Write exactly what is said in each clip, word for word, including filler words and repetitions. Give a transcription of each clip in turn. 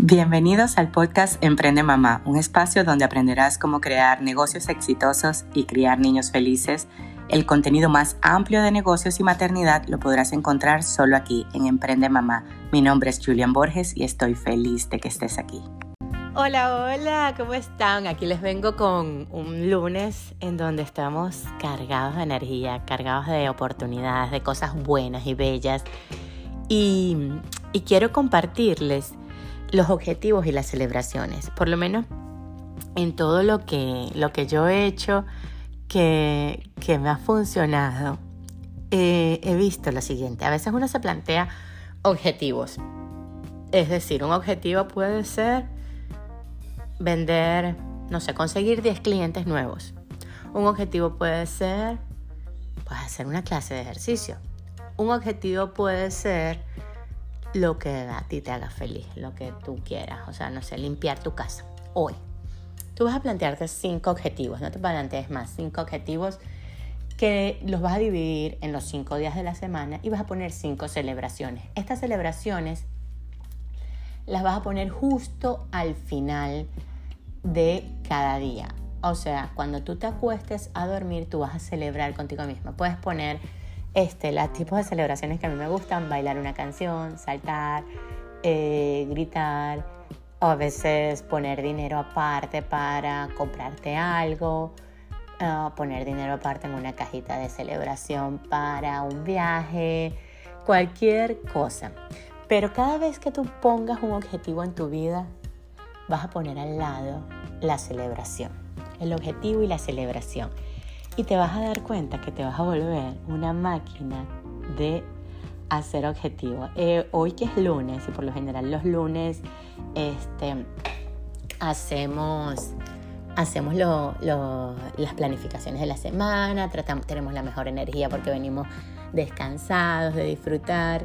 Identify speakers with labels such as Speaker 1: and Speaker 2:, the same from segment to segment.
Speaker 1: Bienvenidos al podcast Emprende Mamá, un espacio donde aprenderás cómo crear negocios exitosos y criar niños felices. El contenido más amplio de negocios y maternidad lo podrás encontrar solo aquí en Emprende Mamá. Mi nombre es Julian Borges y estoy feliz de que estés aquí.
Speaker 2: Hola, hola, ¿cómo están? Aquí les vengo con un lunes en donde estamos cargados de energía, cargados de oportunidades, de cosas buenas y bellas. Y, y quiero compartirles los objetivos y las celebraciones, por lo menos en todo lo que, lo que yo he hecho que, que me ha funcionado. Eh, he visto lo siguiente: a veces uno se plantea objetivos, es decir, un objetivo puede ser vender, no sé, conseguir diez clientes nuevos. Un objetivo puede ser, pues, hacer una clase de ejercicio. Un objetivo puede ser lo que a ti te haga feliz, lo que tú quieras. O sea, no sé, limpiar tu casa. Hoy, tú vas a plantearte cinco objetivos, no te plantees más, cinco objetivos que los vas a dividir en los cinco días de la semana y vas a poner cinco celebraciones. Estas celebraciones las vas a poner justo al final de cada día. O sea, cuando tú te acuestes a dormir, tú vas a celebrar contigo mismo. Puedes poner este, los tipos de celebraciones que a mí me gustan: bailar una canción, saltar, eh, gritar, o a veces poner dinero aparte para comprarte algo, uh, poner dinero aparte en una cajita de celebración para un viaje, cualquier cosa. Pero cada vez que tú pongas un objetivo en tu vida, vas a poner al lado la celebración, el objetivo y la celebración. Y te vas a dar cuenta que te vas a volver una máquina de hacer objetivos. Eh, hoy que es lunes, y por lo general los lunes este, hacemos, hacemos lo, lo, las planificaciones de la semana, tratamos, tenemos la mejor energía porque venimos descansados, de disfrutar.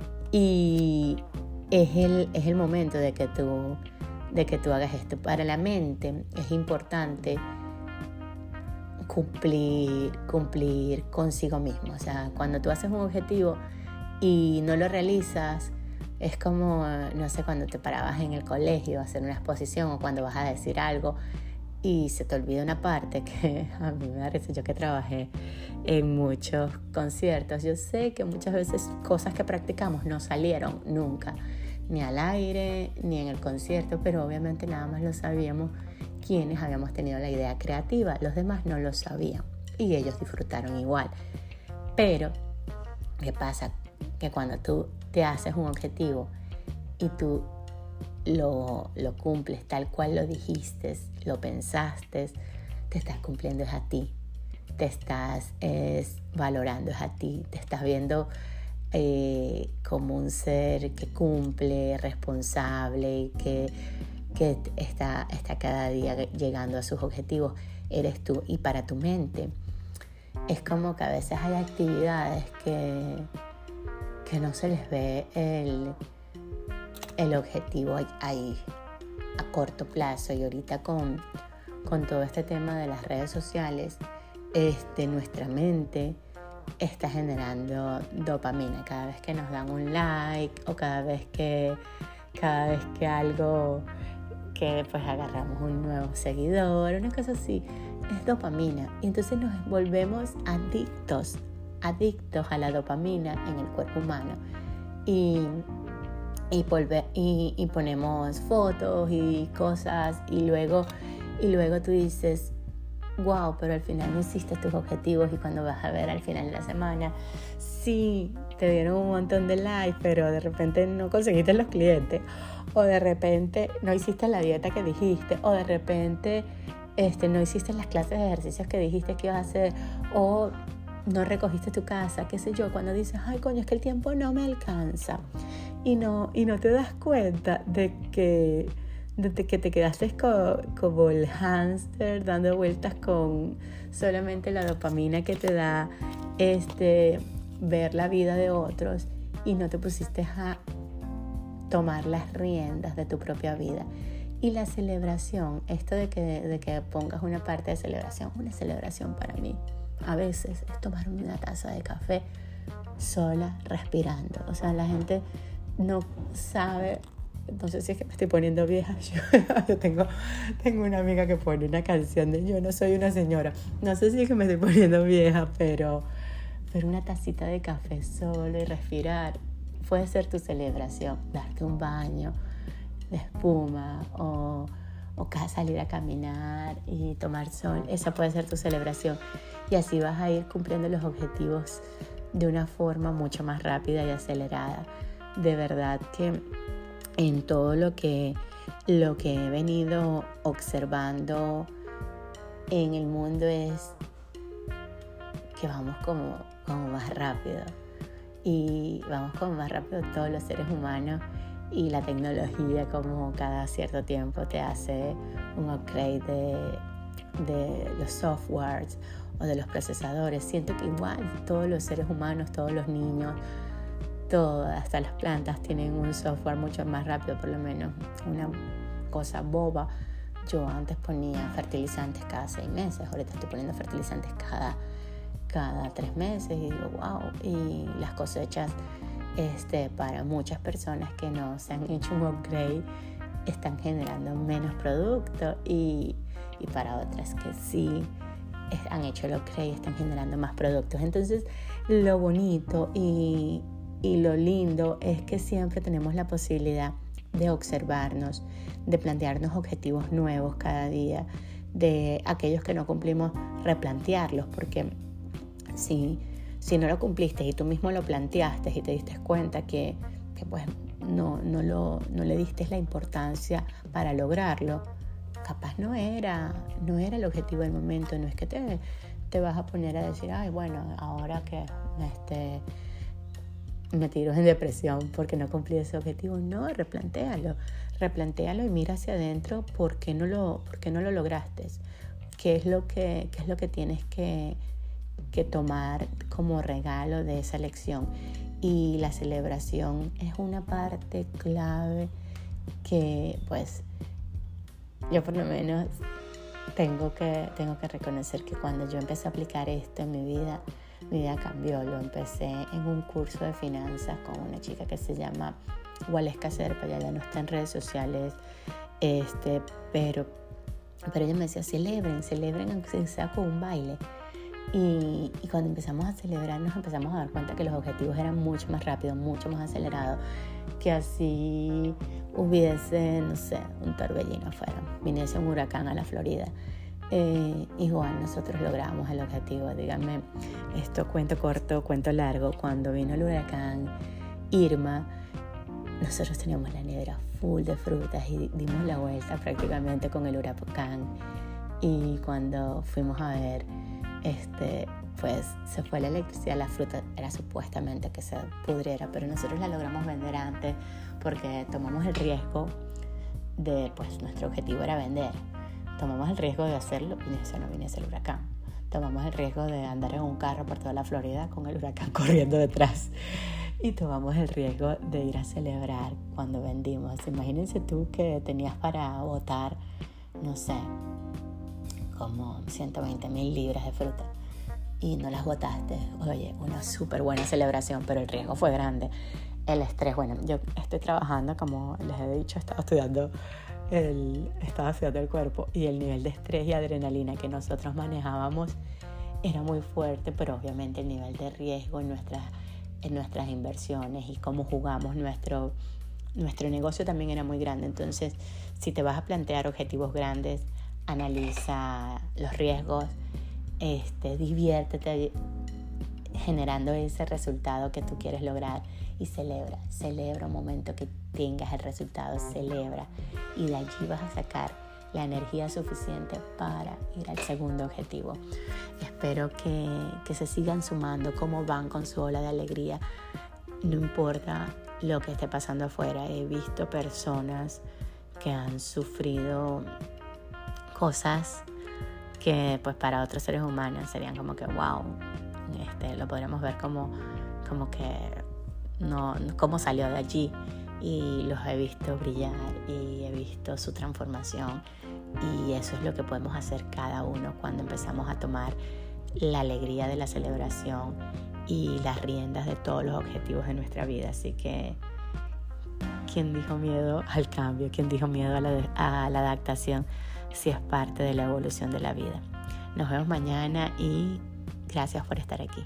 Speaker 2: Y es el, es el momento de que tú, de que tú hagas esto. Para la mente es importante cumplir, cumplir consigo mismo. O sea, cuando tú haces un objetivo y no lo realizas, es como, no sé, cuando te parabas en el colegio a hacer una exposición o cuando vas a decir algo y se te olvida una parte, que a mí me da risa. Yo que trabajé en muchos conciertos, yo sé que muchas veces cosas que practicamos no salieron nunca, ni al aire, ni en el concierto, pero obviamente nada más lo sabíamos quienes habíamos tenido la idea creativa. Los demás no lo sabían y ellos disfrutaron igual. Pero, ¿qué pasa? Que cuando tú te haces un objetivo y tú Lo, lo cumples tal cual lo dijiste, lo pensaste, te estás cumpliendo es a ti, te estás es, valorando es a ti, te estás viendo eh, como un ser que cumple, responsable, que, que está, está cada día llegando a sus objetivos. Eres tú. Y para tu mente es como que a veces hay actividades que, que no se les ve el el objetivo ahí a corto plazo. Y ahorita con, con todo este tema de las redes sociales, este, nuestra mente está generando dopamina cada vez que nos dan un like o cada vez que, cada vez que algo, que pues agarramos un nuevo seguidor, una cosa así, es dopamina. Y entonces nos volvemos adictos, adictos a la dopamina en el cuerpo humano. Y Y, volver, y, y ponemos fotos y cosas y luego, y luego tú dices, wow, pero al final no hiciste tus objetivos. Y cuando vas a ver al final de la semana, sí, te dieron un montón de likes, pero de repente no conseguiste los clientes, o de repente no hiciste la dieta que dijiste, o de repente este, no hiciste las clases de ejercicios que dijiste que ibas a hacer, o no recogiste tu casa, qué sé yo. Cuando dices, ay coño, es que el tiempo no me alcanza, y no, y no te das cuenta de que, de que te quedaste co, como el hámster dando vueltas con solamente la dopamina que te da este, ver la vida de otros, y no te pusiste a tomar las riendas de tu propia vida. Y la celebración, esto de que, de que pongas una parte de celebración, una celebración para mí a veces es tomar una taza de café sola, respirando. O sea, la gente no sabe no sé si es que me estoy poniendo vieja. Yo, yo tengo, tengo una amiga que pone una canción de yo no soy una señora. No sé si es que me estoy poniendo vieja, pero, pero una tacita de café solo y respirar puede ser tu celebración. Darte un baño de espuma o, o salir a caminar y tomar sol. Esa puede ser tu celebración. Y así vas a ir cumpliendo los objetivos de una forma mucho más rápida y acelerada. De verdad que en todo lo que, lo que he venido observando en el mundo es que vamos como, como más rápido. Y vamos como más rápido todos los seres humanos, y la tecnología como cada cierto tiempo te hace un upgrade de, de los softwares o de los procesadores. Siento que igual todos los seres humanos, todos los niños, todo, hasta las plantas tienen un software mucho más rápido. Por lo menos una cosa boba, yo antes ponía fertilizantes cada seis meses, ahorita estoy poniendo fertilizantes cada, cada tres meses y digo wow. Y las cosechas este, para muchas personas que no se han hecho un upgrade están generando menos producto, y, y para otras que sí han hecho el upgrade están generando más productos. Entonces lo bonito y Y lo lindo es que siempre tenemos la posibilidad de observarnos, de plantearnos objetivos nuevos cada día, de aquellos que no cumplimos, replantearlos, porque si, si no lo cumpliste y tú mismo lo planteaste y te diste cuenta que, que pues no, no, lo, no le diste la importancia para lograrlo, capaz no era, no era el objetivo del momento. No es que te, te vas a poner a decir, ay, bueno, ahora que este... me tiro en depresión porque no cumplí ese objetivo. No, replantéalo, replantéalo y mira hacia adentro por qué no lo, por qué no lo lograste, qué es lo que, qué es lo que tienes que, que tomar como regalo de esa lección. Y la celebración es una parte clave que pues yo por lo menos tengo que, tengo que reconocer que cuando yo empecé a aplicar esto en mi vida, mi vida cambió. Lo empecé en un curso de finanzas con una chica que se llama Waleska Serpa. Ya no está en redes sociales, este, pero, pero ella me decía, celebren, celebren aunque sea con un baile. Y, y cuando empezamos a celebrar nos empezamos a dar cuenta que los objetivos eran mucho más rápidos, mucho más acelerados, que así hubiese, no sé, un torbellino afuera, viniese un huracán a la Florida. Eh, igual nosotros logramos el objetivo. Díganme, esto cuento corto, cuento largo, cuando vino el huracán Irma, nosotros teníamos la nevera full de frutas y dimos la vuelta prácticamente con el huracán, y cuando fuimos a ver, este, pues se fue la electricidad. La fruta era supuestamente que se pudriera, pero nosotros la logramos vender antes porque tomamos el riesgo de, pues nuestro objetivo era vender. Tomamos el riesgo de hacerlo y eso no viniese el huracán. Tomamos el riesgo de andar en un carro por toda la Florida con el huracán corriendo detrás. Y tomamos el riesgo de ir a celebrar cuando vendimos. Imagínense tú que tenías para botar, no sé, como ciento veinte mil libras de fruta y no las botaste. Oye, una súper buena celebración, pero el riesgo fue grande. El estrés, bueno, yo estoy trabajando, como les he dicho, estaba estudiando el estado estudiando el cuerpo, y el nivel de estrés y adrenalina que nosotros manejábamos era muy fuerte, pero obviamente el nivel de riesgo en nuestras, en nuestras inversiones y cómo jugamos nuestro, nuestro negocio también era muy grande. Entonces, si te vas a plantear objetivos grandes, analiza los riesgos, este, diviértete generando ese resultado que tú quieres lograr, y celebra, celebra un momento que tengas el resultado, celebra, y de allí vas a sacar la energía suficiente para ir al segundo objetivo. Espero que, que se sigan sumando como van con su ola de alegría. No importa lo que esté pasando afuera. He visto personas que han sufrido cosas que pues para otros seres humanos serían como que wow, este, lo podríamos ver como, como que no, cómo salió de allí, y los he visto brillar y he visto su transformación, y eso es lo que podemos hacer cada uno cuando empezamos a tomar la alegría de la celebración y las riendas de todos los objetivos de nuestra vida. Así que ¿quién dijo miedo al cambio? ¿Quién dijo miedo a la, a la adaptación? Si es parte de la evolución de la vida. Nos vemos mañana y gracias por estar aquí.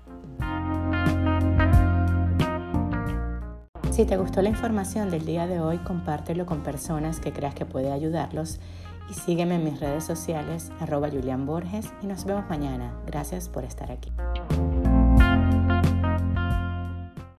Speaker 2: Si te gustó la información del día de hoy, compártelo con personas que creas que puede ayudarlos y sígueme en mis redes sociales, arroba Julián Borges, y nos vemos mañana. Gracias por estar aquí.